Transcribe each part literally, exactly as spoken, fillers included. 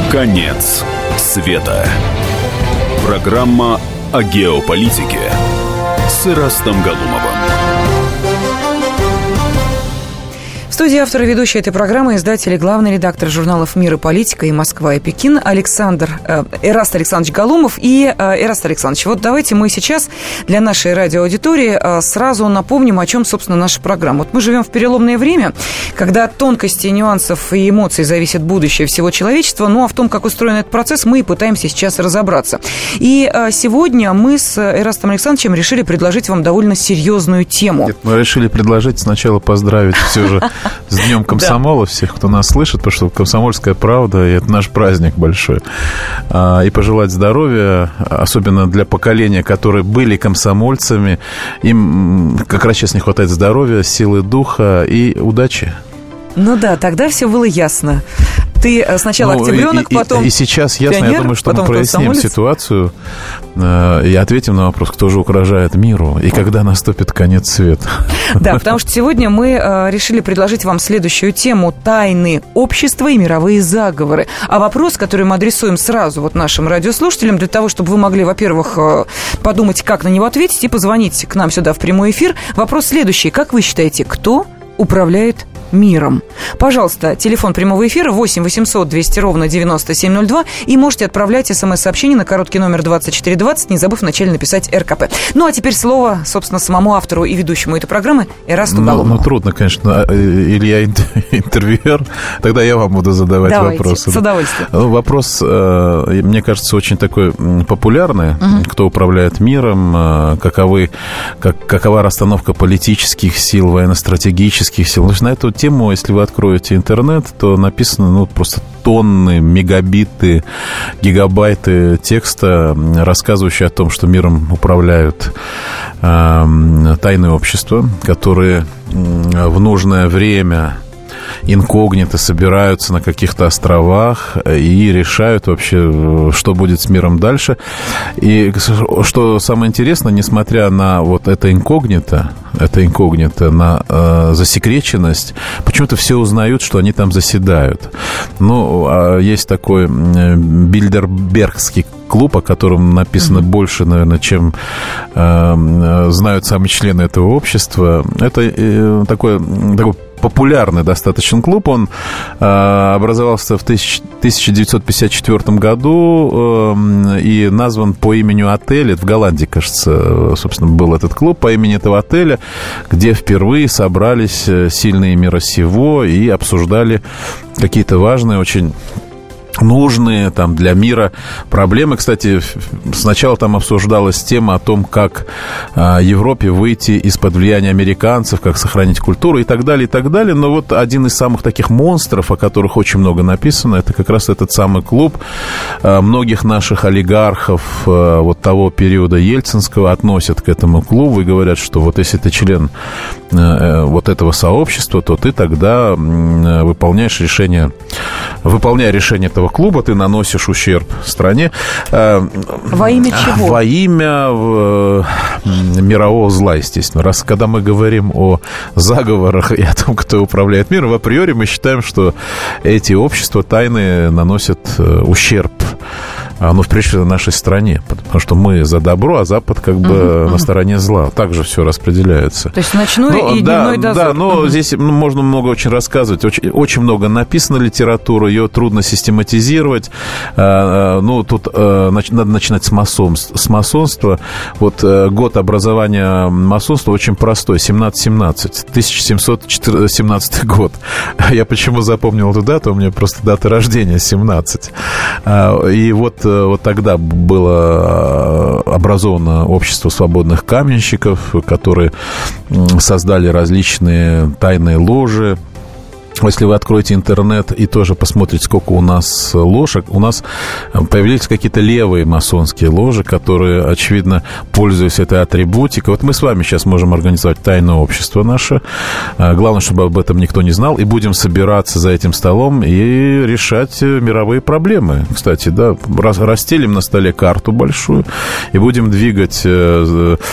Конец света. Программа о геополитике с Ирастом Галумовым. В студии автор и ведущий этой программы, издатель и главный редактор журналов «Мир и политика» и «Москва и Пекин» Александр, э, Ираст Александрович Галумов. И, э, Ираст Александрович, вот давайте мы сейчас для нашей радиоаудитории э, сразу напомним, о чем, собственно, наша программа. Вот мы живем в переломное время, когда от тонкостей, нюансов и эмоций зависит будущее всего человечества. Ну, а в том, как устроен этот процесс, мы и пытаемся сейчас разобраться. И э, сегодня мы с Ирастом Александровичем решили предложить вам довольно серьезную тему. Нет, мы решили предложить сначала поздравить все же с Днем комсомола всех, кто нас слышит, потому что «Комсомольская правда» — и это наш праздник большой. И пожелать здоровья, особенно для поколения, которые были комсомольцами. Им как раз сейчас не хватает здоровья, силы духа и удачи. Ну да, тогда все было ясно. Ты сначала ну, октябренок, и, потом И сейчас ясно, пионер, я думаю, что мы проясним комсомолец. ситуацию э, и ответим на вопрос, кто же угрожает миру и когда наступит конец света. Да, потому что сегодня мы э, решили предложить вам следующую тему: тайны общества и мировые заговоры. А вопрос, который мы адресуем сразу вот нашим радиослушателям, для того, чтобы вы могли, во-первых, э, подумать, как на него ответить, и позвонить к нам сюда в прямой эфир. Вопрос следующий: как вы считаете, кто управляет миром? Пожалуйста, телефон прямого эфира восемь восемьсот двести ровно девяносто семь ноль два, и можете отправлять смс-сообщение на короткий номер двадцать четыре двадцать, не забыв вначале написать эр ка пэ. Ну, а теперь слово, собственно, самому автору и ведущему этой программы Ирасту Галумову. Ну, ну, трудно, конечно, или я интервьюер, тогда я вам буду задавать Давайте, вопросы. С удовольствием. Вопрос, мне кажется, очень такой популярный. Угу. Кто управляет миром, каковы, как, какова расстановка политических сил, военно-стратегических сил. На эту тему, если вы откроете интернет, то написано, ну, просто тонны, мегабиты, гигабайты текста, рассказывающие о том, что миром управляют э, тайные общества, которые э, в нужное время инкогнито собираются на каких-то островах и решают вообще, что будет с миром дальше. И что самое интересное, несмотря на вот это инкогнито, это инкогнито, на э, засекреченность, почему-то все узнают, что они там заседают. Ну, есть такой Бильдербергский клуб, о котором написано mm-hmm. больше, наверное, чем э, знают сами члены этого общества. Это э, такой, такой популярный достаточно клуб. Он э, образовался в тысяча девятьсот пятьдесят четвёртом году э, и назван по имени отеля. В Голландии, кажется, собственно, был этот клуб по имени этого отеля, где впервые собрались сильные мира сего и обсуждали какие-то важные, очень нужные там для мира проблемы. Кстати, сначала там обсуждалась тема о том, как а, Европе выйти из-под влияния американцев, как сохранить культуру и так далее, и так далее. Но вот один из самых таких монстров, о которых очень много написано, это как раз этот самый клуб. А, многих наших олигархов а, вот того периода ельцинского относят к этому клубу и говорят, что вот если ты член а, вот этого сообщества, то ты тогда а, выполняешь решение, выполняя решение этого клуба, ты наносишь ущерб стране. Во имя чего? Во имя мирового зла, естественно. Раз, когда мы говорим о заговорах и о том, кто управляет миром, априори мы считаем, что эти общества тайные наносят ущерб, ну, прежде всего, нашей стране, потому что мы за добро, а Запад как бы uh-huh, на uh-huh. стороне зла. Так же все распределяется. То есть ночной ну, и да, дневной дозор. Да, но uh-huh. здесь можно много очень рассказывать. Очень, очень много написано литературы, ее трудно систематизировать. А, ну, тут а, надо начинать с масонства. С масонства. Вот а, год образования масонства очень простой, семнадцать семнадцать, тысяча семьсот семнадцатый год. Я почему запомнил эту дату? У меня просто дата рождения семнадцать. А, и вот вот тогда было образовано общество свободных каменщиков, которые создали различные тайные ложи. Если вы откроете интернет и тоже посмотрите, сколько у нас ложек, у нас появились какие-то левые масонские ложи, которые, очевидно, пользуясь этой атрибутикой. Вот мы с вами сейчас можем организовать тайное общество наше. Главное, чтобы об этом никто не знал. И будем собираться за этим столом и решать мировые проблемы. Кстати, да, расстелим на столе карту большую и будем двигать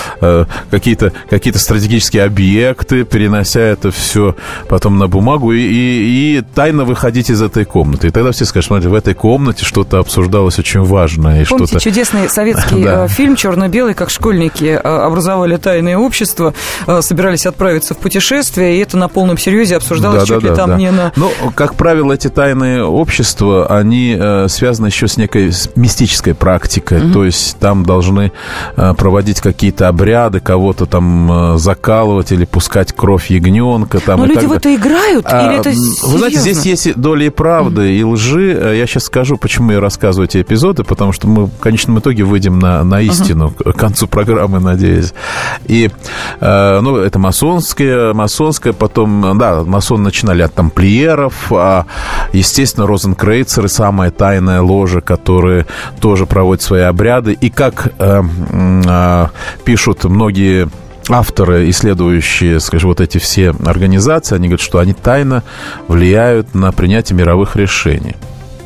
какие-то, какие-то стратегические объекты, перенося это все потом на бумагу и и, и тайно выходить из этой комнаты. И тогда все скажут, смотрите, в этой комнате что-то обсуждалось очень важное. И помните что-то... чудесный советский да. фильм «Черно-белый», как школьники образовали тайное общество, собирались отправиться в путешествие, и это на полном серьезе обсуждалось да, чуть да, ли да, там да. не на... Ну, как правило, эти тайные общества, они связаны еще с некой мистической практикой. Mm-hmm. То есть там должны проводить какие-то обряды, кого-то там закалывать или пускать кровь ягненка. Там, но и люди так в это играют? А, или это вы серьезно? Знаете, здесь есть доля и правды, mm-hmm. и лжи. Я сейчас скажу, почему я рассказываю эти эпизоды, потому что мы в конечном итоге выйдем на, на истину uh-huh. к концу программы, надеюсь. И, э, ну, это масонское, масонское, потом, да, масоны начинали от тамплиеров, а, естественно, розенкрейцеры, самая тайная ложа, которые тоже проводят свои обряды. И как э, э, пишут многие авторы, исследующие, скажем, вот эти все организации, они говорят, что они тайно влияют на принятие мировых решений.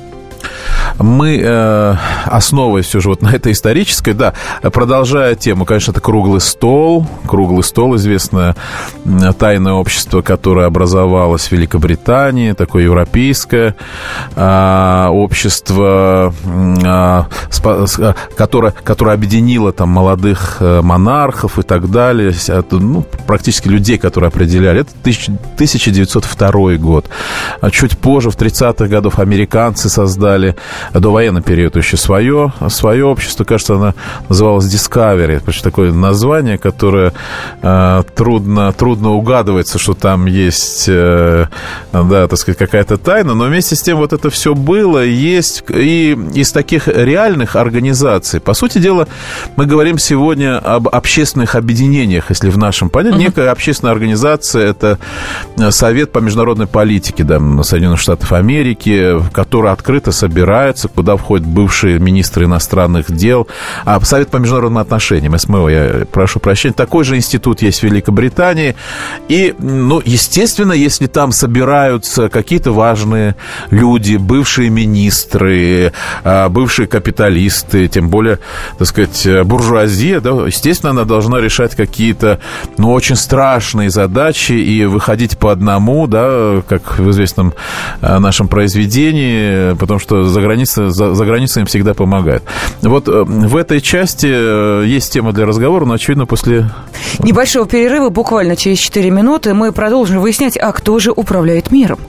Мы, э, основываясь все же вот на этой исторической, да, продолжая тему, конечно, это круглый стол. Круглый стол, известное тайное общество, которое образовалось в Великобритании, такое европейское э, общество, э, спа- которое, которое объединило там молодых э, монархов и так далее, это, ну, практически людей, которые определяли. Это тысяча девятьсот второй год. А чуть позже, в тридцатых годах, американцы создали довоенный период еще свое, свое общество, кажется, оно называлось Discovery, почти такое название, которое э, трудно, трудно угадывается, что там есть, э, да, так сказать, какая-то тайна, но вместе с тем вот это все было, есть, и из таких реальных организаций, по сути дела, мы говорим сегодня об общественных объединениях, если в нашем понятии, uh-huh. некая общественная организация, это Совет по международной политике, да, Соединенных Штатов Америки, который открыто собирается, куда входят бывшие министры иностранных дел, а Совет по международным отношениям, эс эм о, я прошу прощения, такой же институт есть в Великобритании, и, ну, естественно, если там собираются какие-то важные люди, бывшие министры, бывшие капиталисты, тем более, так сказать, буржуазия, да, естественно, она должна решать какие-то, ну, очень страшные задачи и выходить по одному, да, как в известном нашем произведении, потому что за границей, за, за границей им всегда помогают. Вот в этой части есть тема для разговора, но, очевидно, после... Небольшого перерыва, буквально через четыре минуты, мы продолжим выяснять, а кто же управляет миром.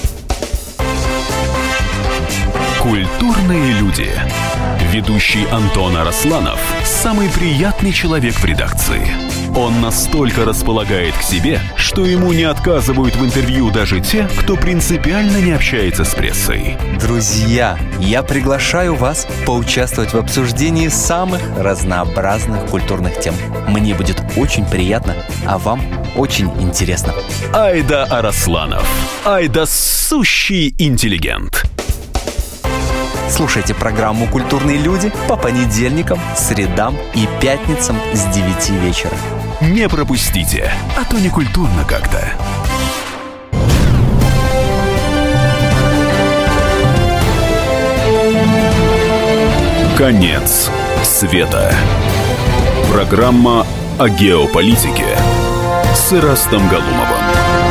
Культурные люди. Ведущий Антон Арасланов – самый приятный человек в редакции. Он настолько располагает к себе, что ему не отказывают в интервью даже те, кто принципиально не общается с прессой. Друзья, я приглашаю вас поучаствовать в обсуждении самых разнообразных культурных тем. Мне будет очень приятно, а вам очень интересно. Айда Арасланов. Айда сущий интеллигент. Слушайте программу «Культурные люди» по понедельникам, средам и пятницам с девяти вечера. Не пропустите, а то не культурно как-то. Конец света. Программа о геополитике с Ирастом Галумовым.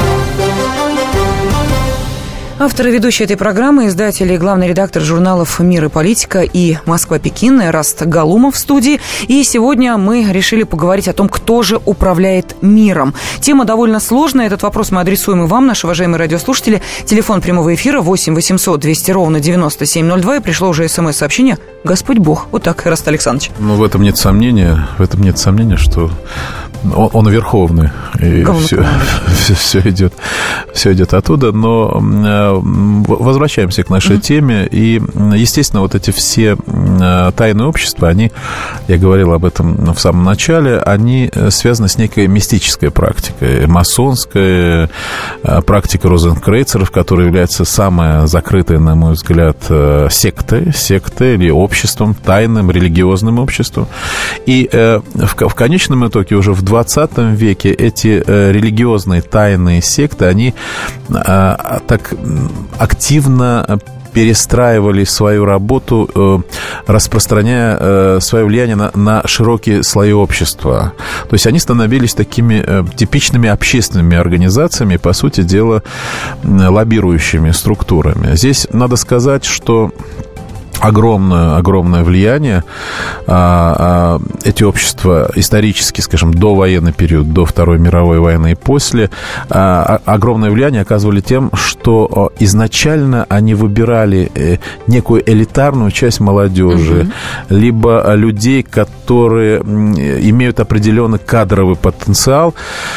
Автор и ведущий этой программы, издатель и главный редактор журналов «Мир и политика» и «Москва-Пекин» Эраст Галумов в студии. И сегодня мы решили поговорить о том, кто же управляет миром. Тема довольно сложная. Этот вопрос мы адресуем и вам, наши уважаемые радиослушатели. Телефон прямого эфира восемь восемьсот двести ровно девяносто семь ноль два. И пришло уже смс-сообщение «Господь Бог». Вот так, Эраст Александрович. Ну, в этом нет сомнения. В этом нет сомнения, что он, он верховный. И все, все, все, идет, все идет оттуда. Но возвращаемся к нашей mm-hmm. теме. И, естественно, вот эти все тайные общества, они, я говорил об этом в самом начале, они связаны с некой мистической практикой. Масонская практика розенкрейцеров, которая является самая закрытая, на мой взгляд, сектой, сектой или обществом, тайным религиозным обществом. И в, в конечном итоге уже в двадцатом веке эти религиозные тайные секты, они так активно перестраивали свою работу, распространяя свое влияние на, на широкие слои общества. То есть они становились такими типичными общественными организациями, по сути дела, лоббирующими структурами. Здесь надо сказать, что огромное, огромное влияние а, а, эти общества исторически, скажем, до военный период, до Второй мировой войны и после, а, огромное влияние оказывали тем, что изначально они выбирали некую элитарную часть молодежи, mm-hmm. либо людей, которые имеют определенный кадровый потенциал,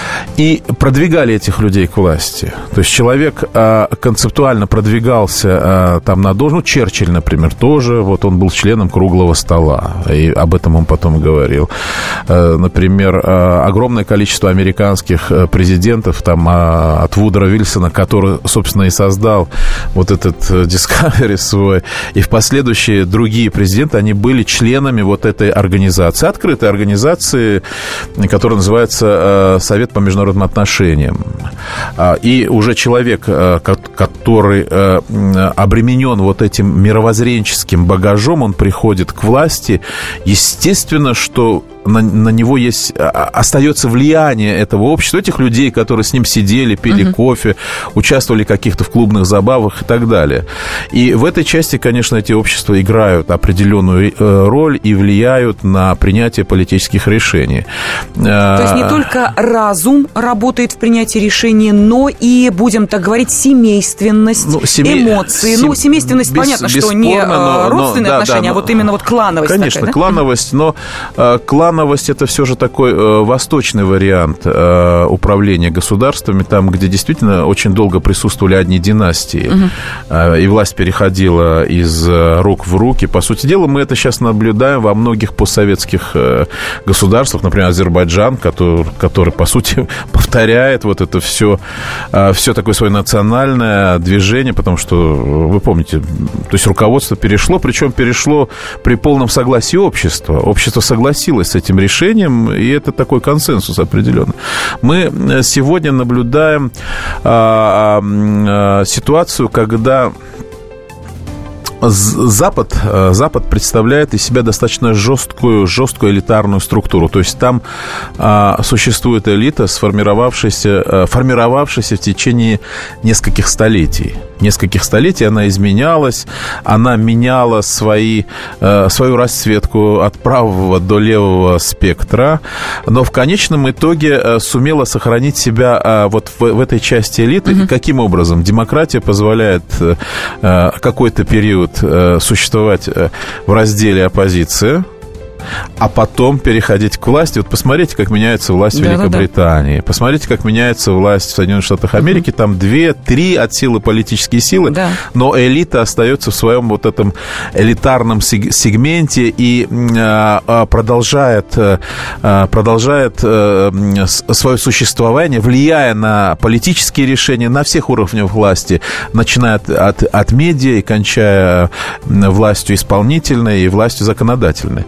и продвигали этих людей к власти. То есть человек а, концептуально продвигался а, там на должность, ну, Черчилль, например, тоже, вот он был членом круглого стола, и об этом он потом говорил. Например, огромное количество американских президентов, там, от Вудро Вильсона, который, собственно, и создал вот этот Discovery свой, и в последующие другие президенты, они были членами вот этой организации, открытой организации, которая называется Совет по международным отношениям. И уже человек, который обременен вот этим мировоззренческим багажом, он приходит к власти, естественно, что на, на него есть, остается влияние этого общества, этих людей, которые с ним сидели, пили uh-huh. кофе, участвовали в каких-то в клубных забавах и так далее. И в этой части, конечно, эти общества играют определенную роль и влияют на принятие политических решений. То есть не только разум работает в принятии решений, но и, будем так говорить, семейственность, ну, семей... эмоции. Сем... Ну, семейственность, Бес... понятно, что не но, родственные но, отношения, да, да, а вот именно вот клановость. Конечно, такая, да? клановость, но э, клановость — это все же такой э, восточный вариант э, управления государствами, там, где действительно очень долго присутствовали одни династии, угу. э, и власть переходила из э, рук в руки. По сути дела, мы это сейчас наблюдаем во многих постсоветских э, государствах, например, Азербайджан, который, который по сути, повторяет вот это все, э, все такое свое национальное движение, потому что, вы помните, то есть руководство перешло, причем перешло при полном согласии общества. Общество согласилось с этим решением, и это такой консенсус определенный. Мы сегодня наблюдаем а, а, ситуацию, когда Запад, Запад представляет из себя достаточно жесткую, жесткую элитарную структуру. То есть там а, существует элита, сформировавшаяся, а, формировавшаяся в течение нескольких столетий. Нескольких столетий она изменялась, она меняла свои, а, свою расцветку от правого до левого спектра, но в конечном итоге а, сумела сохранить себя а, вот в, в этой части элиты. Mm-hmm. И каким образом? Демократия позволяет а, какой-то период существовать в разделе оппозиция, а потом переходить к власти. Вот посмотрите, как меняется власть в да, Великобритании. Да, да. Посмотрите, как меняется власть в Соединенных Штатах Америки. Uh-huh. Там две-три от силы политические силы, да. но элита остается в своем вот этом элитарном сегменте и а, продолжает, а, продолжает а, свое существование, влияя на политические решения на всех уровнях власти, начиная от, от, от медиа и кончая властью исполнительной и властью законодательной.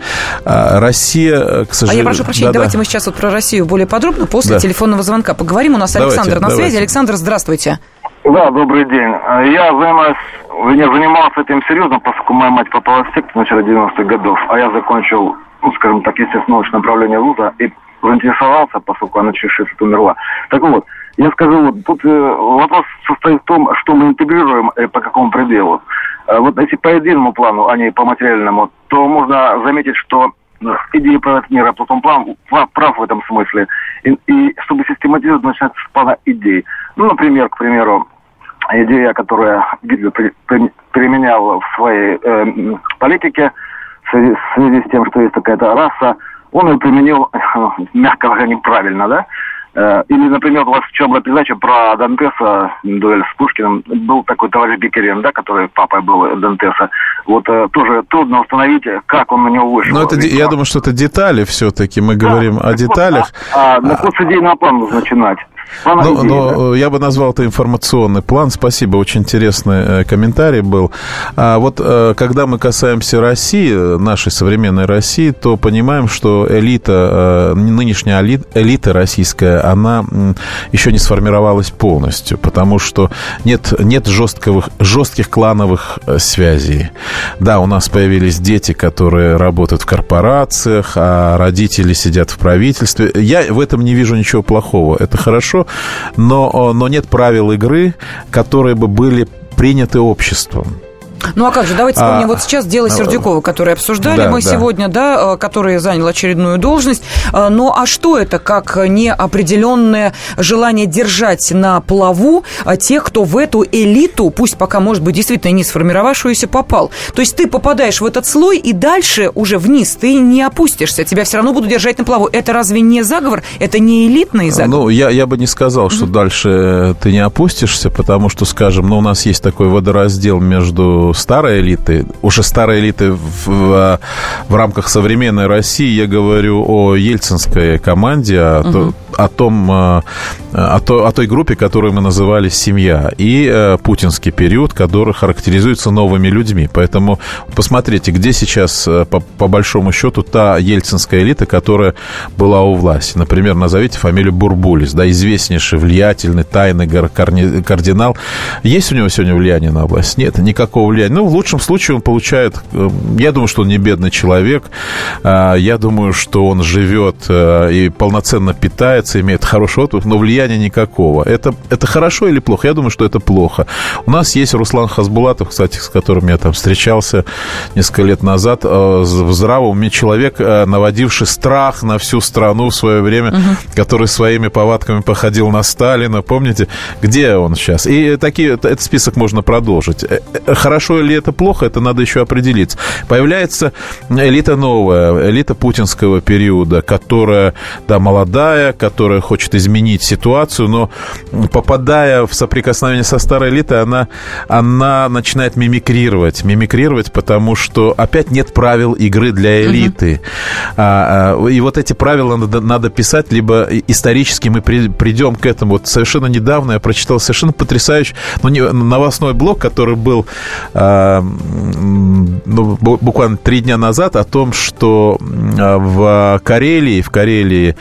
Россия, к сожалению... А я прошу прощения, да, давайте да. мы сейчас вот про Россию более подробно после да. телефонного звонка поговорим. У нас давайте, Александр на давайте. связи. Александр, здравствуйте. Да, добрый день. Я занимаюсь, я занимался этим серьезно, поскольку моя мать попала в секту в начале девяностых годов, а я закончил, ну, скажем так, естественно-научное направление вуза и заинтересовался, поскольку она через шесть лет умерла. Так вот, я скажу, вот тут э, вопрос состоит в том, что мы интегрируем э, по какому пределу. Э, вот если по единому плану, а не по материальному, то можно заметить, что идеи правят мир, а потом план прав в этом смысле. И, и чтобы систематизировать, начинается с плана идей. Ну, например, к примеру, идея, которую Гитлер при, при, применял в своей э, политике в связи, в связи с тем, что есть такая-то раса, он ее применил, мягко говоря, неправильно, да? Или, например, у вас вчера была передача про Дантеса, дуэль с Пушкиным. Был такой товарищ Беккерин, да, который папой был Дантеса. Вот тоже трудно установить, как он на него вышел. Но это, я думаю, что это детали все-таки. Мы говорим да, о деталях. А, а, а, а с идейного плана нужно начинать. Но, но я бы назвал это информационный план. Спасибо, очень интересный комментарий был. А вот когда мы касаемся России, нашей современной России, то понимаем, что элита, нынешняя элита российская, она еще не сформировалась полностью, потому что нет, нет жестких, жестких клановых связей. Да, у нас появились дети, которые работают в корпорациях, а родители сидят в правительстве. Я в этом не вижу ничего плохого. Это хорошо, но, но нет правил игры, которые бы были приняты обществом. Ну, а как же, давайте вспомним, а, вот сейчас дело Сердюкова, которое обсуждали да, мы да. сегодня, да, который занял очередную должность. Ну, а что это, как неопределенное желание держать на плаву тех, кто в эту элиту, пусть пока, может быть, действительно не сформировавшуюся, попал? То есть ты попадаешь в этот слой, и дальше уже вниз ты не опустишься, тебя все равно будут держать на плаву. Это разве не заговор? Это не элитный заговор? Ну, я, я бы не сказал, что mm-hmm. дальше ты не опустишься, потому что, скажем, ну, у нас есть такой водораздел между старой элиты, уже старой элиты в, в, в рамках современной России, я говорю о ельцинской команде, о, uh-huh. о, том, о, то, о той группе, которую мы называли «семья», и э, путинский период, который характеризуется новыми людьми. Поэтому посмотрите, где сейчас, по, по большому счету, та ельцинская элита, которая была у власти. Например, назовите фамилию Бурбулис, да, известнейший, влиятельный, тайный кардинал. Есть у него сегодня влияние на власть? Нет, никакого влияния. Ну, в лучшем случае он получает... Я думаю, что он не бедный человек. Я думаю, что он живет и полноценно питается, имеет хороший отдых, но влияния никакого. Это, это хорошо или плохо? Я думаю, что это плохо. У нас есть Руслан Хасбулатов, кстати, с которым я там встречался несколько лет назад. В здравом уме человек, наводивший страх на всю страну в свое время, угу. который своими повадками походил на Сталина. Помните, где он сейчас? И такие, этот список можно продолжить. Хорошо или это плохо, это надо еще определиться. Появляется элита новая, элита путинского периода, которая, да, молодая, которая хочет изменить ситуацию, но попадая в соприкосновение со старой элитой, она, она начинает мимикрировать. Мимикрировать, потому что опять нет правил игры для элиты. Uh-huh. И вот эти правила надо, надо писать, либо исторически мы при, придем к этому. Вот совершенно недавно я прочитал совершенно потрясающий, ну, не, новостной блог, который был ну, буквально три дня назад, о том, что в Карелии, в Карелии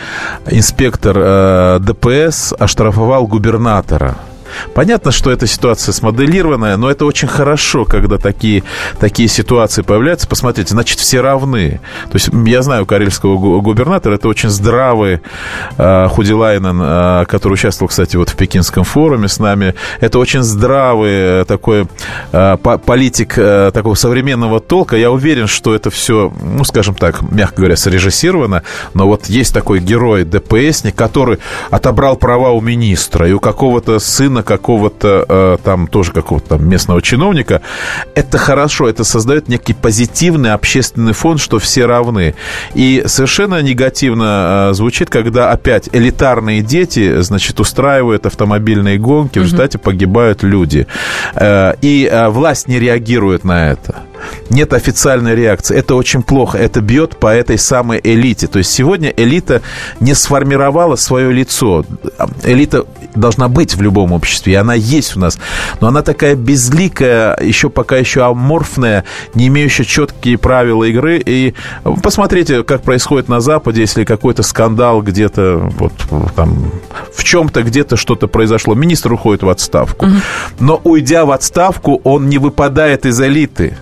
инспектор ДПС оштрафовал губернатора. Понятно, что эта ситуация смоделированная, но это очень хорошо, когда такие, такие ситуации появляются. Посмотрите, значит, все равны. То есть я знаю карельского губернатора, это очень здравый э, Худилайнен, э, который участвовал, кстати, вот в Пекинском форуме с нами. Это очень здравый такой э, политик э, такого современного толка. Я уверен, что это все, ну, скажем так, мягко говоря, срежиссировано. Но вот есть такой герой, ДПСник, который отобрал права у министра и у какого-то сына какого-то э, там тоже какого-то там местного чиновника. Это хорошо, это создает некий позитивный общественный фон, что все равны. И совершенно негативно э, звучит, когда опять элитарные дети, значит, устраивают автомобильные гонки, в результате погибают люди. Э, и э, власть не реагирует на это. Нет официальной реакции. Это очень плохо. Это бьет по этой самой элите. То есть сегодня элита не сформировала свое лицо. Элита должна быть в любом обществе, и она есть у нас. Но она такая безликая, еще пока еще аморфная, не имеющая четкие правила игры. И посмотрите, как происходит на Западе, если какой-то скандал где-то, вот, там, в чем-то где-то что-то произошло. Министр уходит в отставку. Mm-hmm. Но, уйдя в отставку, он не выпадает из элиты.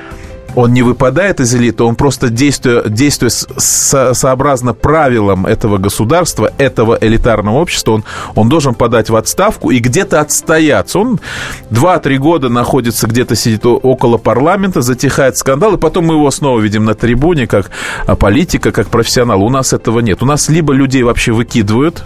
Он не выпадает из элиты, он просто, действуя, действуя со, сообразно правилам этого государства, этого элитарного общества, он, он должен подать в отставку и где-то отстояться. Он два-три года находится где-то, сидит около парламента, затихает скандал, и потом мы его снова видим на трибуне как политика, как профессионал. У нас этого нет. У нас либо людей вообще выкидывают,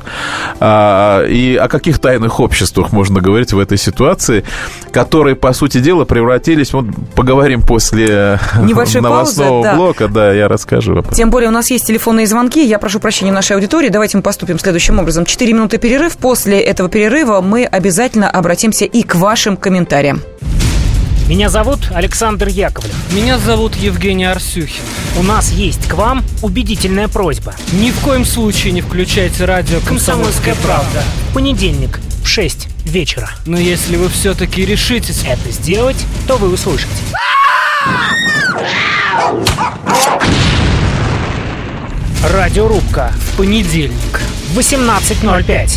а, и о каких тайных обществах можно говорить в этой ситуации, которые, по сути дела, превратились, вот поговорим после... Небольшой новостного паузы, блока, да. да, я расскажу. Тем более у нас есть телефонные звонки. Я прошу прощения нашей аудитории. Давайте мы поступим следующим образом. Четыре минуты перерыв. После этого перерыва мы обязательно обратимся и к вашим комментариям. Меня зовут Александр Яковлев. Меня зовут Евгений Арсюхин. У нас есть к вам убедительная просьба. Ни в коем случае не включайте радио «Комсомольская правда». В понедельник в шесть вечера. Но если вы все-таки решитесь это сделать, то вы услышите. Радиорубка. В понедельник в восемнадцать ноль пять.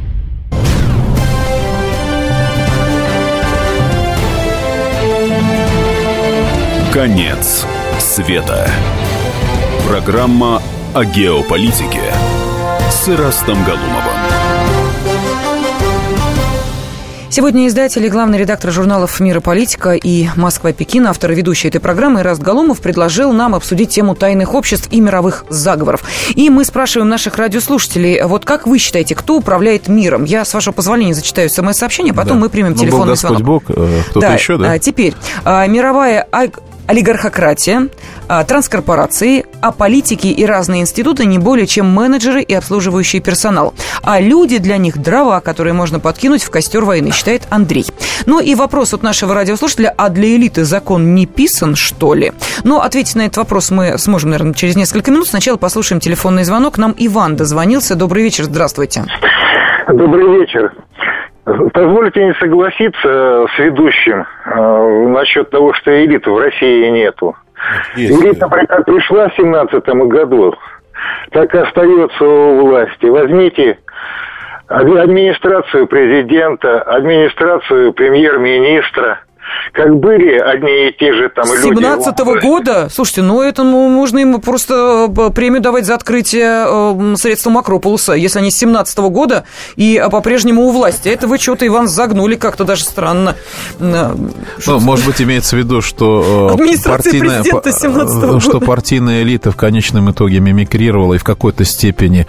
Конец света. Программа о геополитике с Ирастом Галумовым. Сегодня издатель и главный редактор журналов «Мир и политика» и «Москва-Пекин», автор и ведущий этой программы Ираст Галумов, предложил нам обсудить тему тайных обществ и мировых заговоров. И мы спрашиваем наших радиослушателей, вот как вы считаете, кто управляет миром? Я, с вашего позволения, зачитаю смс-сообщение, потом да. мы примем ну, телефонный Бог, звонок. Господь Бог, кто-то да, еще, да? Теперь, мировая олигархократия, транскорпорации, а политики и разные институты не более чем менеджеры и обслуживающий персонал. А люди для них дрова, которые можно подкинуть в костер войны, считает Андрей. Ну и вопрос от нашего радиослушателя, а для элиты закон не писан, что ли? Но ответить на этот вопрос мы сможем, наверное, через несколько минут. Сначала послушаем телефонный звонок. Нам Иван дозвонился. Добрый вечер, здравствуйте. Добрый вечер. Позвольте не согласиться с ведущим э, насчет того, что элиты в России нету. Есть. Элита как пришла в семнадцатом году, так и остается у власти. Возьмите администрацию президента, администрацию премьер-министра. Как были одни и те же там люди... семнадцатого года? Слушайте, ну это ну, можно им просто премию давать за открытие э, средством Акрополуса, если они с семнадцатого года и по-прежнему у власти. Это вы что-то, Иван, загнули как-то даже странно. Ну, может быть, имеется в виду, что, э, партийная, по, что партийная элита в конечном итоге мимикрировала и в какой-то степени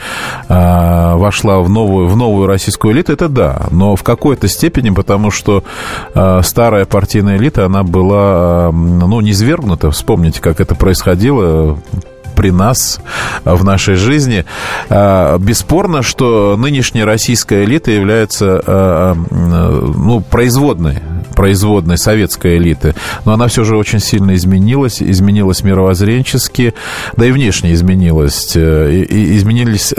э, вошла в новую, в новую российскую элиту, это да. Но в какой-то степени, потому что э, старая партия партийная элита, она была, ну, низвергнута. Вспомните, как это происходило при нас, в нашей жизни. Бесспорно, что нынешняя российская элита является, ну, производной, производной советской элиты. Но она все же очень сильно изменилась, изменилась мировоззренчески, да и внешне изменилась. Изменились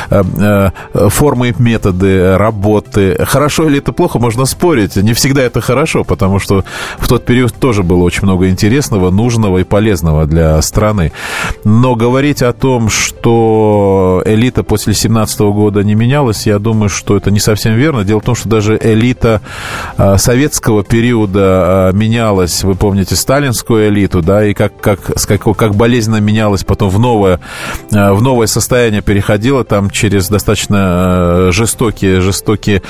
формы и методы работы. Хорошо или это плохо, можно спорить. Не всегда это хорошо, потому что в тот период тоже было очень много интересного, нужного и полезного для страны. Но говорить о том, что элита после семнадцатого года не менялась, я думаю, что это не совсем верно. Дело в том, что даже элита советского периода менялась. Вы помните сталинскую элиту, да, и как, как, как, как болезненно менялась потом в новое, в новое состояние переходила там через достаточно жестокие, жестокие,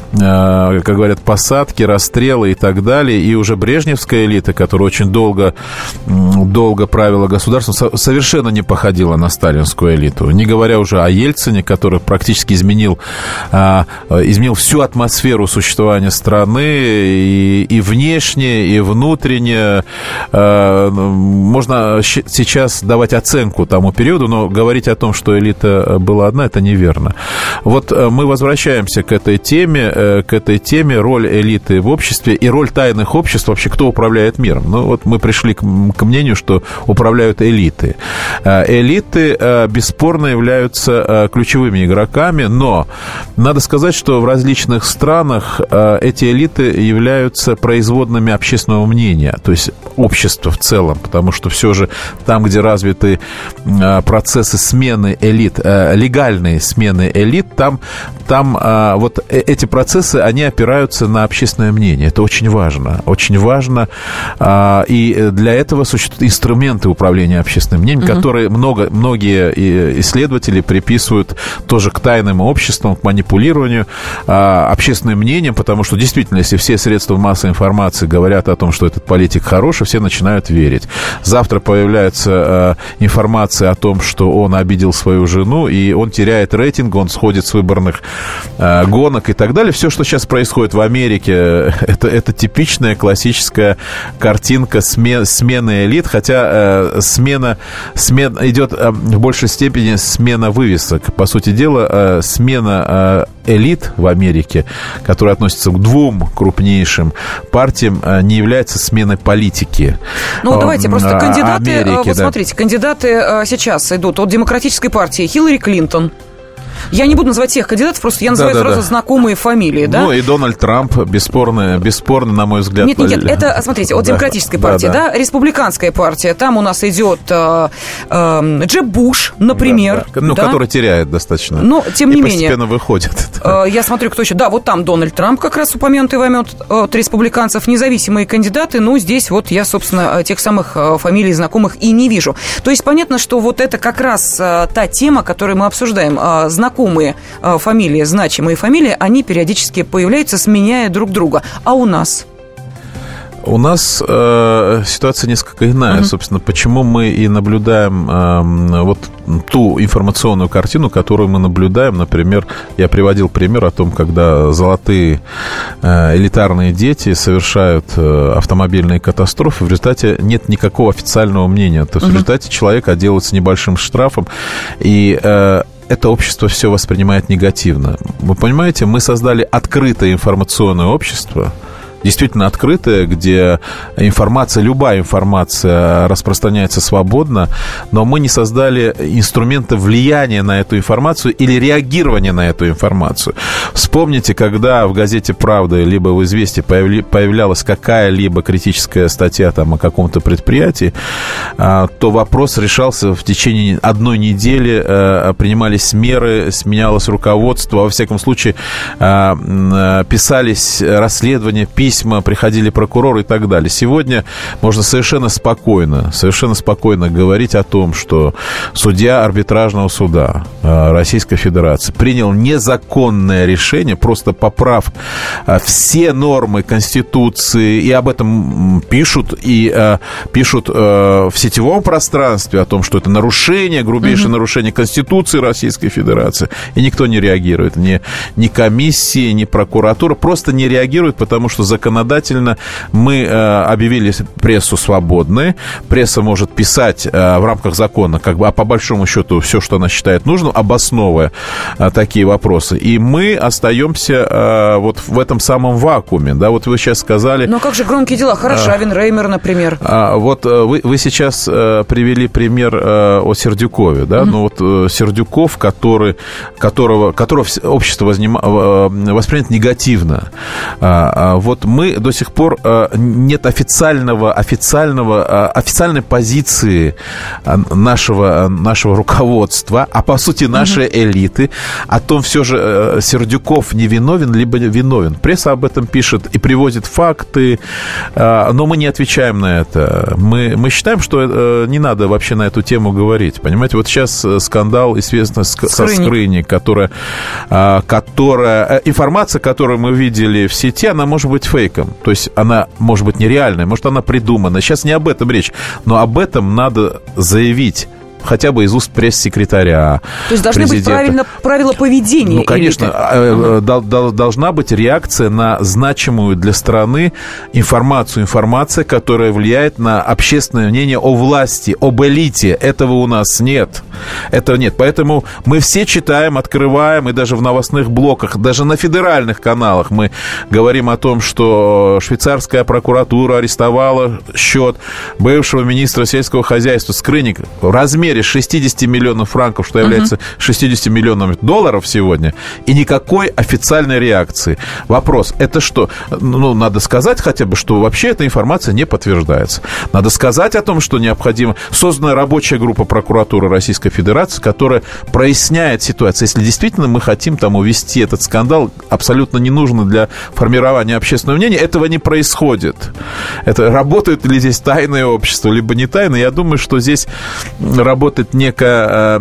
как говорят, посадки, расстрелы и так далее. И уже брежневская элита, которая очень долго, долго правила государством, совершенно не походила на сталинскую элиту. Не говоря уже о Ельцине, который практически изменил, а, изменил всю атмосферу существования страны и, и внешне, и внутренне. А, можно сейчас давать оценку тому периоду, но говорить о том, что элита была одна, это неверно. Вот мы возвращаемся к этой теме, к этой теме, роль элиты в обществе и роль тайных обществ, вообще кто управляет миром. Ну вот мы пришли к, к мнению, что управляют элиты. Элиты бесспорно являются ключевыми игроками, но надо сказать, что в различных странах эти элиты являются производными общественного мнения, то есть общества в целом, потому что все же там, где развиты процессы смены элит, легальные смены элит, там, там вот эти процессы, они опираются на общественное мнение. Это очень важно, очень важно, и для этого существуют инструменты управления общественным мнением, mm-hmm. которые много, многие исследователи приписывают тоже к тайным обществам, к манипулированию а, общественным мнением, потому что действительно, если все средства массовой информации говорят о том, что этот политик хороший, все начинают верить. Завтра появляется а, информация о том, что он обидел свою жену, и он теряет рейтинг, он сходит с выборных а, гонок и так далее. Все, что сейчас происходит в Америке, это, это типичная классическая картинка смен, смены элит, хотя а, смена, смена идет в большей степени смена вывесок. По сути дела, смена элит в Америке, которые относятся к двум крупнейшим политическим партиям не является сменой политики. Ну, давайте просто кандидаты, Америки, вот да. смотрите, кандидаты сейчас идут от Демократической партии Хиллари Клинтон. Я не буду называть всех кандидатов, просто я называю да, сразу да, да. знакомые фамилии, да? Ну, и Дональд Трамп, бесспорно, бесспорно, на мой взгляд. Нет, нет, нет, это, смотрите, от Демократической да, партии, да, да. да, Республиканская партия, там у нас идет э, э, Джеб Буш, например. Да, да. Ну, да? который теряет достаточно. Но, тем не и менее. постепенно выходит. Э, я смотрю, кто еще. Да, вот там Дональд Трамп, как раз упомянутый вами от, от республиканцев, независимые кандидаты, но здесь вот я, собственно, тех самых фамилий знакомых и не вижу. То есть понятно, что вот это как раз та тема, которую мы обсуждаем, знакомые фамилии, значимые фамилии, они периодически появляются, сменяя друг друга. А у нас? У нас э, ситуация несколько иная. Uh-huh. Собственно, почему мы и наблюдаем э, вот ту информационную картину, которую мы наблюдаем. Например, я приводил пример о том, когда золотые э, элитарные дети совершают э, автомобильные катастрофы, в результате нет никакого официального мнения. То есть uh-huh. в результате человек отделывается небольшим штрафом, и э, это общество все воспринимает негативно. Вы понимаете, мы создали открытое информационное общество, действительно открытая, где информация, любая информация распространяется свободно, но мы не создали инструменты влияния на эту информацию или реагирования на эту информацию. Вспомните, когда в газете «Правда» либо в «Известии» появлялась какая-либо критическая статья там, о каком-то предприятии, то вопрос решался в течение одной недели, принимались меры, сменялось руководство, во всяком случае писались расследования, письма, Письма, приходили прокуроры и так далее. Сегодня можно совершенно спокойно, совершенно спокойно говорить о том, что судья арбитражного суда Российской Федерации принял незаконное решение, просто поправ все нормы Конституции, и об этом пишут, и пишут в сетевом пространстве о том, что это нарушение, грубейшее угу. нарушение Конституции Российской Федерации, и никто не реагирует, ни, ни комиссии, ни прокуратура, просто не реагирует, потому что за законодательно мы э, объявили прессу свободной. Пресса может писать э, в рамках закона, как бы, а по большому счету все, что она считает нужным, обосновывая э, такие вопросы. И мы остаемся э, вот в этом самом вакууме. Да, вот вы сейчас сказали... Но как же громкие дела? Хорошавин, э, Реймер, например. Э, вот э, вы, вы сейчас э, привели пример э, о Сердюкове. Да? Mm-hmm. Ну вот э, Сердюков, который, которого, которого общество вознима, э, воспринято негативно. Э, вот мы до сих пор нет официального, официального, официальной позиции нашего, нашего руководства, а по сути нашей угу. элиты о том, все же Сердюков невиновен, либо виновен. Пресса об этом пишет и приводит факты, но мы не отвечаем на это. Мы, мы считаем, что не надо вообще на эту тему говорить. Понимаете, вот сейчас скандал, известно, со Скрынник, которая, которая, информация, которую мы видели в сети, она может быть фейком. То есть она может быть нереальная, может она придумана. Сейчас не об этом речь, но об этом надо заявить. Хотя бы из уст пресс-секретаря. То есть должны президента. Быть правильно, правила поведения. Ну, конечно, элиты. Должна быть реакция на значимую для страны информацию. Информация, которая влияет на общественное мнение о власти, об элите. Этого у нас нет. Этого нет. Поэтому мы все читаем, открываем, и даже в новостных блоках, даже на федеральных каналах мы говорим о том, что швейцарская прокуратура арестовала счет бывшего министра сельского хозяйства Скрынник в размере шестьдесят миллионов франков, что является uh-huh. шестьдесят миллионов долларов сегодня, и никакой официальной реакции. Вопрос, это что? Ну, надо сказать хотя бы, что вообще эта информация не подтверждается. Надо сказать о том, что необходимо... Создана рабочая группа прокуратуры Российской Федерации, которая проясняет ситуацию. Если действительно мы хотим там увести этот скандал, абсолютно не нужно для формирования общественного мнения, этого не происходит. Это работает ли здесь тайное общество, либо не тайное? Я думаю, что здесь работает работает некая...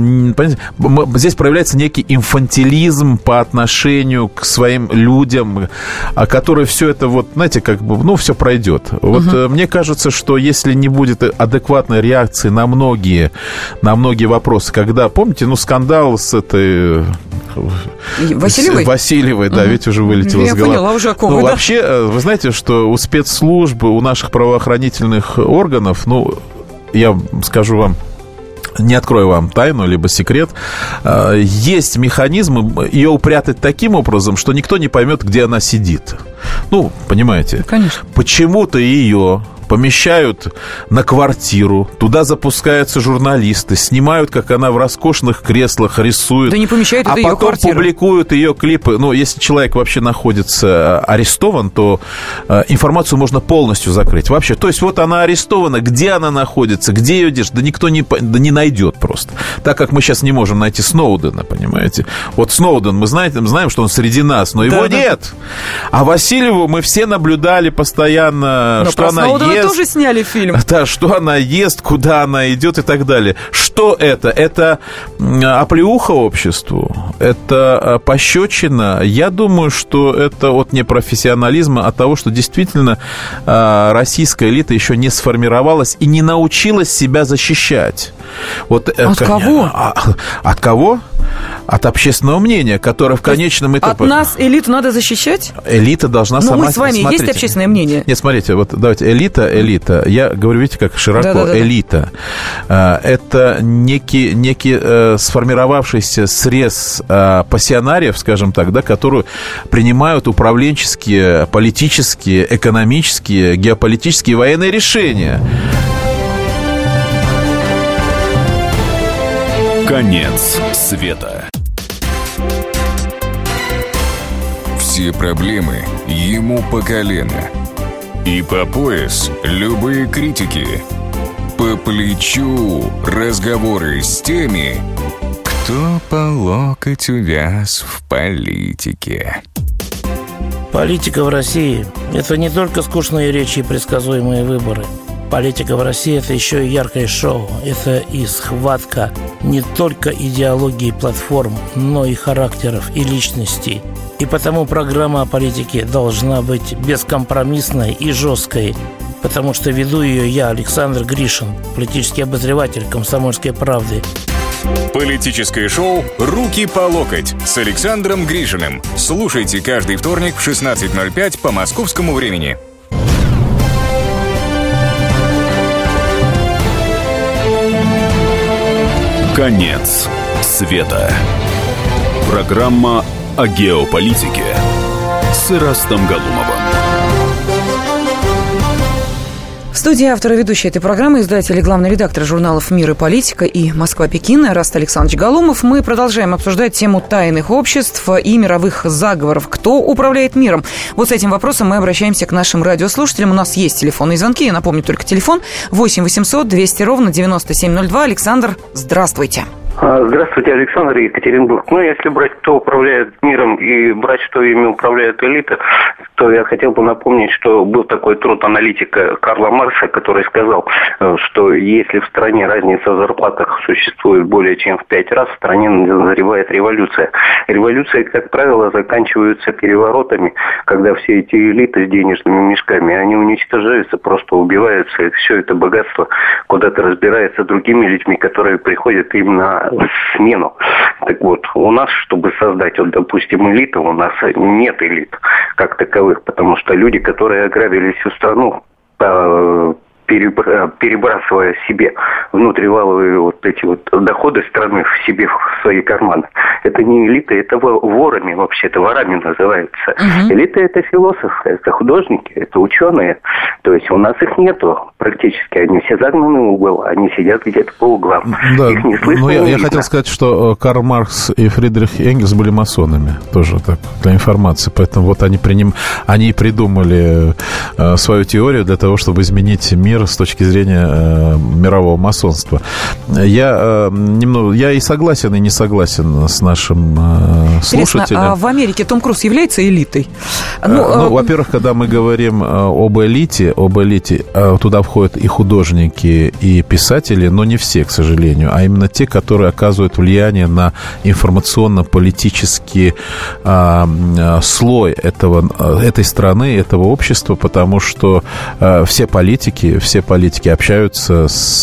Здесь проявляется некий инфантилизм по отношению к своим людям, которые все это вот, знаете, как бы, ну, все пройдет. Вот uh-huh. мне кажется, что если не будет адекватной реакции на многие, на многие вопросы, когда, помните, ну, скандал с этой... Васильевой? С Васильевой, да, uh-huh. ведь уже вылетело Я с головы. Я поняла уже, о ком ну, вы, да? Вообще, вы знаете, что у спецслужб, у наших правоохранительных органов, ну, я скажу вам, не открою вам тайну, либо секрет, есть механизмы ее упрятать таким образом, что никто не поймет, где она сидит. Ну, понимаете? Конечно. Почему-то ее помещают на квартиру, туда запускаются журналисты, снимают, как она в роскошных креслах рисует. Да не помещают, а это ее потом квартира. Публикуют ее клипы. Ну, если человек вообще находится арестован, то э, информацию можно полностью закрыть. Вообще, то есть вот она арестована, где она находится, где ее держат, да никто не, да не найдет просто. Так как мы сейчас не можем найти Сноудена, понимаете. Вот Сноуден, мы знаем, знаем, что он среди нас, но его да, нет. Да. А Васильеву мы все наблюдали постоянно, но что она Сноудена ест. Тоже сняли фильм. Да, что она ест, куда она идет и так далее. Что это? Это оплеуха обществу? Это пощечина? Я думаю, что это от непрофессионализма, от того, что действительно российская элита еще не сформировалась и не научилась себя защищать. Вот, от как, кого? От кого? От общественного мнения, которое в конечном итоге... От нас элиту надо защищать? Элита должна Но сама... Ну, мы с вами, смотрите, есть общественное мнение? Нет, смотрите, вот давайте, элита, элита. Я говорю, видите, как широко, да, да, да, элита. Это некий, некий сформировавшийся срез пассионариев, скажем так, да, которые принимают управленческие, политические, экономические, геополитические, военные решения. Конец света. Все проблемы ему по колено. И по пояс любые критики. По плечу разговоры с теми, кто по локоть увяз в политике. Политика в России – это не только скучные речи и предсказуемые выборы. Политика в России – это еще и яркое шоу. Это и схватка не только идеологии платформ, но и характеров и личностей. И потому программа о политике должна быть бескомпромиссной и жесткой, потому что веду ее я, Александр Гришин, политический обозреватель «Комсомольской правды». Политическое шоу «Руки по локоть» с Александром Гришиным. Слушайте каждый вторник в шестнадцать ноль пять по московскому времени. Конец света. Программа о геополитике с Ирастом Галумовым. В студии автора ведущей этой программы, издатель и главный редактор журналов «Мир и политика» и «Москва-Пекин» Ираст Александрович Галумов. Мы продолжаем обсуждать тему тайных обществ и мировых заговоров. Кто управляет миром? Вот с этим вопросом мы обращаемся к нашим радиослушателям. У нас есть телефонные звонки. Я напомню только телефон восемь восемьсот двести ровно девяносто семь ноль два. Александр, здравствуйте. Здравствуйте, Александр, Екатеринбург. Ну, если брать, кто управляет миром, и брать, что ими управляет элита, то я хотел бы напомнить, что был такой труд аналитика Карла Маркса, который сказал, что если в стране разница в зарплатах существует более чем в пять раз, в стране назревает революция. Революции, как правило, заканчиваются переворотами, когда все эти элиты с денежными мешками, они уничтожаются, просто убиваются, и все это богатство куда-то разбирается другими людьми, которые приходят им на смену. Так вот, у нас, чтобы создать, вот, допустим, элиту, у нас нет элит как таковых, потому что люди, которые ограбили всю страну, перебрасывая себе внутриваловые вот эти вот доходы страны в себе, в свои карманы. Это не элита, это ворами вообще, это ворами называется. Угу. Элита – это философы, это художники, это ученые. То есть у нас их нету практически. Они все загнаны в угол, они сидят где-то по углам. Да. Их не слышно, ну, я, не я хотел сказать, что Карл Маркс и Фридрих Энгельс были масонами. Тоже так, для информации. Поэтому вот они, приним... они придумали э, свою теорию для того, чтобы изменить мир с точки зрения э, мирового масонства. Я э, немного, я и согласен, и не согласен с нашим э, слушателем. Интересно, а в Америке Том Круз является элитой? Ну, э, ну э... во-первых, когда мы говорим об элите, об элите, э, туда входят и художники, и писатели, но не все, к сожалению, а именно те, которые оказывают влияние на информационно-политический э, э, слой этого, э, этой страны, этого общества, потому что э, все политики, все политики общаются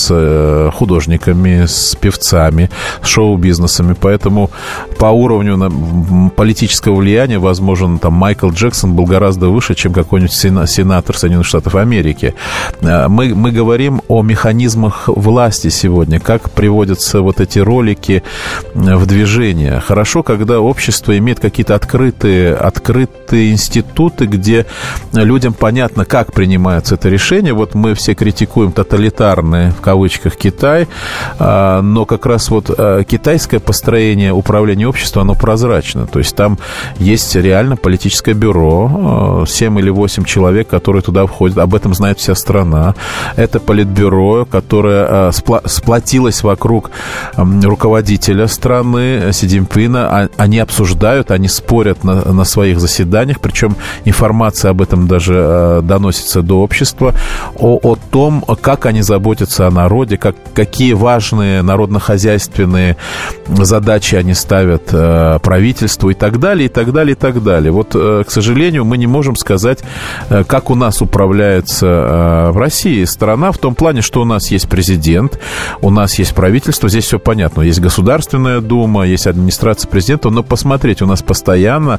с художниками, с певцами, с шоу-бизнесами, поэтому по уровню политического влияния, возможно, там Майкл Джексон был гораздо выше, чем какой-нибудь сенатор Соединенных Штатов Америки. Мы, мы говорим о механизмах власти сегодня, как приводятся вот эти ролики в движение. Хорошо, когда общество имеет какие-то открытые, открытые институты, где людям понятно, как принимается это решение. Вот мы все критикуем тоталитарный, в кавычках, Китай, но как раз вот китайское построение управления обществом, оно прозрачно. То есть там есть реально политическое бюро, семь или восемь человек, которые туда входят. Об этом знает вся страна. Это политбюро, которое сплотилось вокруг руководителя страны Си Цзиньпина. Они обсуждают, они спорят на, на своих заседаниях, причем информация об этом даже доносится до общества, о, о том, как они заботятся о народе, как, какие важные народно-хозяйственные задачи они ставят правительству и так далее, и так далее, и так далее. Вот, к сожалению, мы не можем сказать, как у нас управляется в России страна, в том плане, что у нас есть президент, у нас есть правительство, здесь все понятно, есть Государственная Дума, есть администрация президента, но посмотрите, у нас постоянно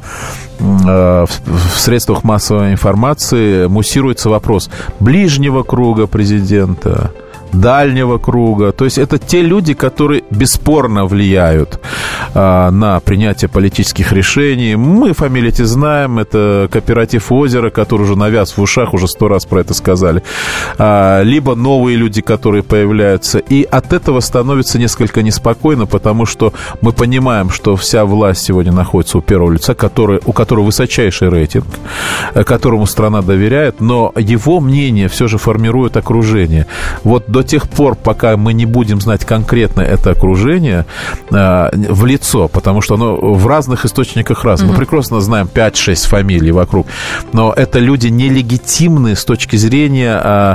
в средствах массовой информации муссируется вопрос ближнего круга президента, дальнего круга. То есть это те люди, которые бесспорно влияют а, на принятие политических решений. Мы фамилии эти знаем. Это кооператив «Озеро», который уже навяз в ушах, уже сто раз про это сказали. А, либо новые люди, которые появляются. И от этого становится несколько неспокойно, потому что мы понимаем, что вся власть сегодня находится у первого лица, который, у которого высочайший рейтинг, которому страна доверяет, но его мнение все же формирует окружение. Вот до тех пор, пока мы не будем знать конкретно это окружение э, в лицо, потому что оно в разных источниках разное. Mm-hmm. Мы прекрасно знаем пять-шесть фамилий вокруг, но это люди нелегитимные с точки зрения э,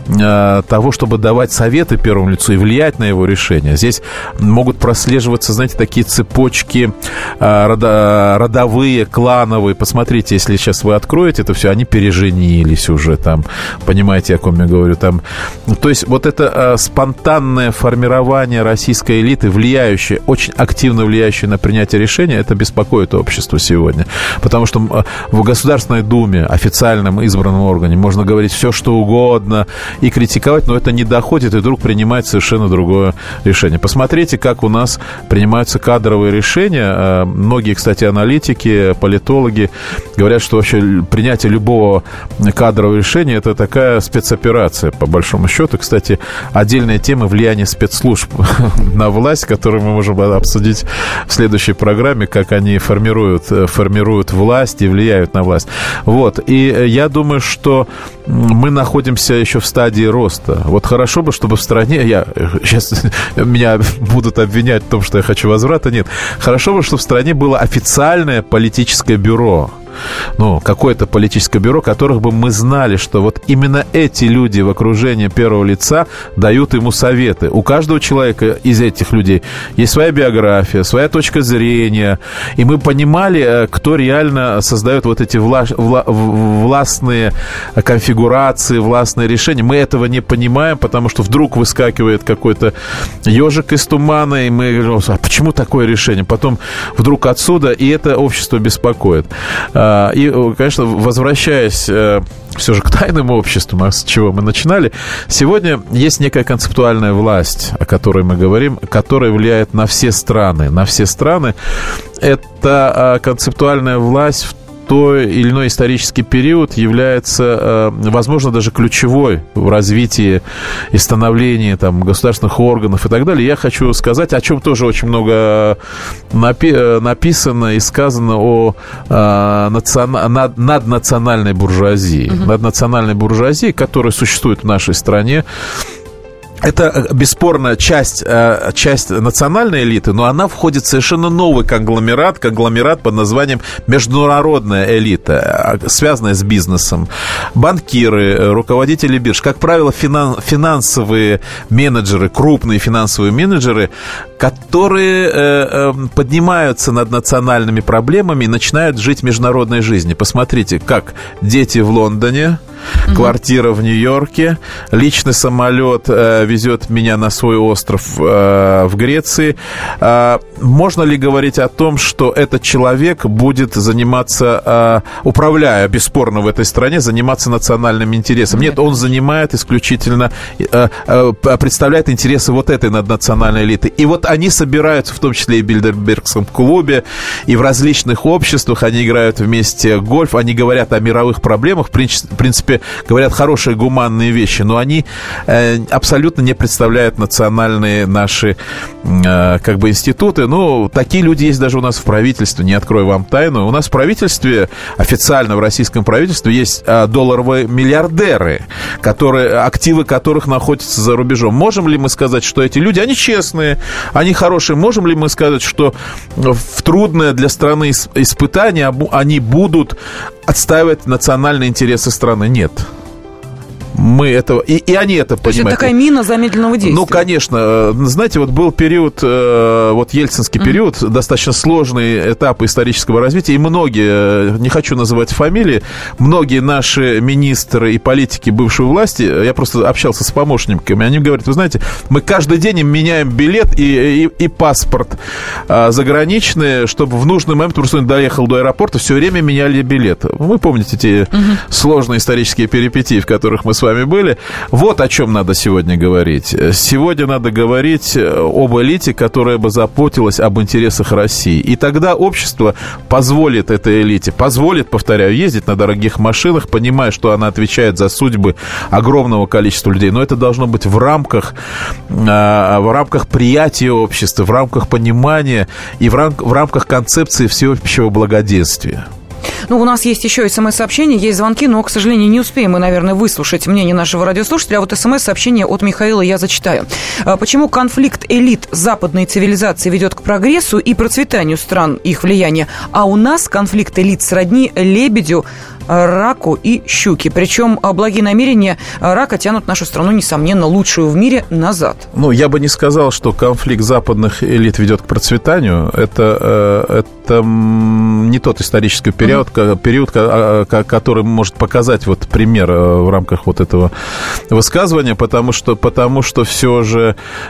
э, того, чтобы давать советы первому лицу и влиять на его решение. Здесь могут прослеживаться, знаете, такие цепочки э, родо, родовые, клановые. Посмотрите, если сейчас вы откроете это все, они переженились уже там, понимаете, о ком я говорю, там. То есть вот это Это спонтанное формирование российской элиты, влияющее, очень активно влияющее на принятие решения, это беспокоит общество сегодня. Потому что в Государственной Думе, официальном избранном органе, можно говорить все, что угодно и критиковать, но это не доходит, и вдруг принимать совершенно другое решение. Посмотрите, как у нас принимаются кадровые решения. Многие, кстати, аналитики, политологи говорят, что вообще принятие любого кадрового решения – это такая спецоперация, по большому счету. Кстати, отдельная тема влияния спецслужб на власть, которую мы можем обсудить в следующей программе, как они формируют, формируют власть и влияют на власть. Вот. И я думаю, что мы находимся еще в стадии роста. Вот хорошо бы, чтобы в стране... Я, сейчас меня будут обвинять в том, что я хочу возврата. Нет. Хорошо бы, чтобы в стране было официальное политическое бюро. Ну, какое-то политическое бюро, которых бы мы знали, что вот именно эти люди в окружении первого лица дают ему советы. У каждого человека из этих людей есть своя биография, своя точка зрения, и мы понимали, кто реально создает вот эти вла- вла- властные конфигурации, властные решения. Мы этого не понимаем, потому что вдруг выскакивает какой-то ежик из тумана, и мы говорим, а почему такое решение? Потом вдруг отсюда, и это общество беспокоит. И, конечно, возвращаясь все же к тайным обществам, с чего мы начинали, сегодня есть некая концептуальная власть, о которой мы говорим, которая влияет на все страны. На все страны. Это концептуальная власть в той или иной исторический период является, возможно, даже ключевой в развитии и становлении там, государственных органов и так далее. Я хочу сказать, о чем тоже очень много напи- написано и сказано о э, национа- над- наднациональной буржуазии. Mm-hmm. Наднациональной буржуазии, которая существует в нашей стране. Это, бесспорно, часть, часть национальной элиты, но она входит в совершенно новый конгломерат, конгломерат под названием международная элита, связанная с бизнесом. Банкиры, руководители бирж, как правило, финан, финансовые менеджеры, крупные финансовые менеджеры, которые э, поднимаются над национальными проблемами и начинают жить международной жизнью. Посмотрите, как дети в Лондоне угу. квартира в Нью-Йорке, личный самолет э, везет меня на свой остров э, в Греции. Э, можно ли говорить о том, что этот человек будет заниматься, э, управляя, бесспорно, в этой стране, заниматься национальным интересом? Нет, он занимает исключительно, э, э, представляет интересы вот этой наднациональной элиты. И вот они собираются, в том числе и в Бильдербергском клубе, и в различных обществах, они играют вместе в гольф, они говорят о мировых проблемах, в принципе, говорят хорошие гуманные вещи, но они э, абсолютно не представляют национальные наши э, как бы институты. Ну, такие люди есть даже у нас в правительстве, не открою вам тайну. У нас в правительстве, официально в российском правительстве, есть э, долларовые миллиардеры, которые, активы которых находятся за рубежом. Можем ли мы сказать, что эти люди, они честные, они хорошие? Можем ли мы сказать, что в трудное для страны испытание они будут отстаивать национальные интересы страны? Нет. Мы этого... И, и они это понимают. То есть это такая мина замедленного действия. Ну, конечно. Знаете, вот был период, вот ельцинский mm-hmm. период, достаточно сложный этап исторического развития, и многие, не хочу называть фамилии, многие наши министры и политики бывшей власти, я просто общался с помощниками, они говорят, вы знаете, мы каждый день им меняем билет и, и, и паспорт а, заграничный, чтобы в нужный момент, просто он доехал до аэропорта, все время меняли билет. Вы помните эти mm-hmm. сложные исторические перипетии, в которых мы с вами были. Вот о чем надо сегодня говорить. Сегодня надо говорить об элите, которая бы заботилась об интересах России. И тогда общество позволит этой элите, позволит, повторяю, ездить на дорогих машинах, понимая, что она отвечает за судьбы огромного количества людей. Но это должно быть в рамках, в рамках приятия общества, в рамках понимания и в рамках, в рамках концепции всеобщего благоденствия. Ну, у нас есть еще смс-сообщения, есть звонки, но, к сожалению, не успеем мы, наверное, выслушать мнение нашего радиослушателя. А вот смс-сообщение от Михаила я зачитаю. Почему конфликт элит западной цивилизации ведет к прогрессу и процветанию стран их влияния, а у нас конфликт элит сродни лебедю, раку и щуке. Причем благие намерения рака тянут нашу страну, несомненно, лучшую в мире назад. Ну, я бы не сказал, что конфликт западных элит ведет к процветанию. Это, это не тот исторический период, uh-huh. период, который может показать вот пример в рамках вот этого высказывания, потому что, потому что все же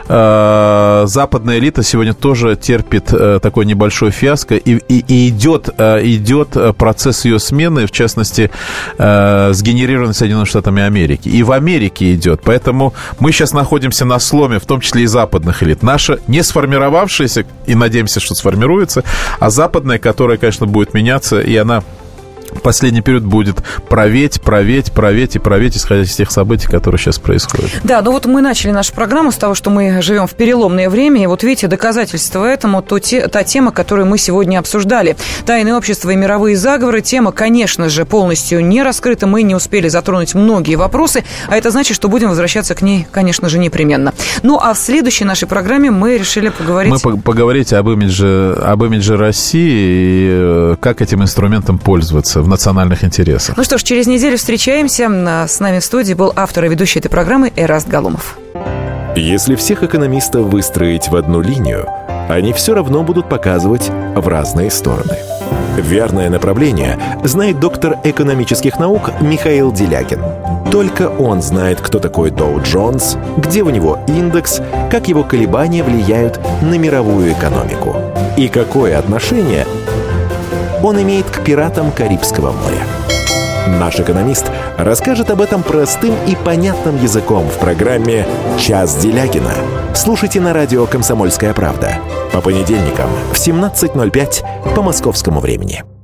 э, западная элита сегодня тоже терпит э, такой небольшой фиаско, и, и, и идет, э, идет процесс ее смены, в частности, сгенерирован Соединенными Штатами Америки. И в Америке идет. Поэтому мы сейчас находимся на сломе, в том числе и западных элит. Наша не сформировавшаяся, и надеемся, что сформируется, а западная, которая, конечно, будет меняться, и она в последний период будет проветь, проветь, проветь и проветь, исходя из тех событий, которые сейчас происходят. Да, ну вот мы начали нашу программу с того, что мы живем в переломное время, и вот видите, доказательство этому то те, та тема, которую мы сегодня обсуждали. Тайные общества и мировые заговоры. Тема, конечно же, полностью не раскрыта, мы не успели затронуть многие вопросы, а это значит, что будем возвращаться к ней, конечно же, непременно. Ну, а в следующей нашей программе мы решили поговорить... Мы поговорить об имидже, об имидже России и как этим инструментом пользоваться в национальных интересах. Ну что ж, через неделю встречаемся. С нами в студии был автор и ведущий этой программы Эраст Галумов. Если всех экономистов выстроить в одну линию, они все равно будут показывать в разные стороны. Верное направление знает доктор экономических наук Михаил Делякин. Только он знает, кто такой Доу Джонс, где у него индекс, как его колебания влияют на мировую экономику и какое отношение он имеет к пиратам Карибского моря. Наш экономист расскажет об этом простым и понятным языком в программе «Час Делякина». Слушайте на радио «Комсомольская правда» по понедельникам в семнадцать ноль пять по московскому времени.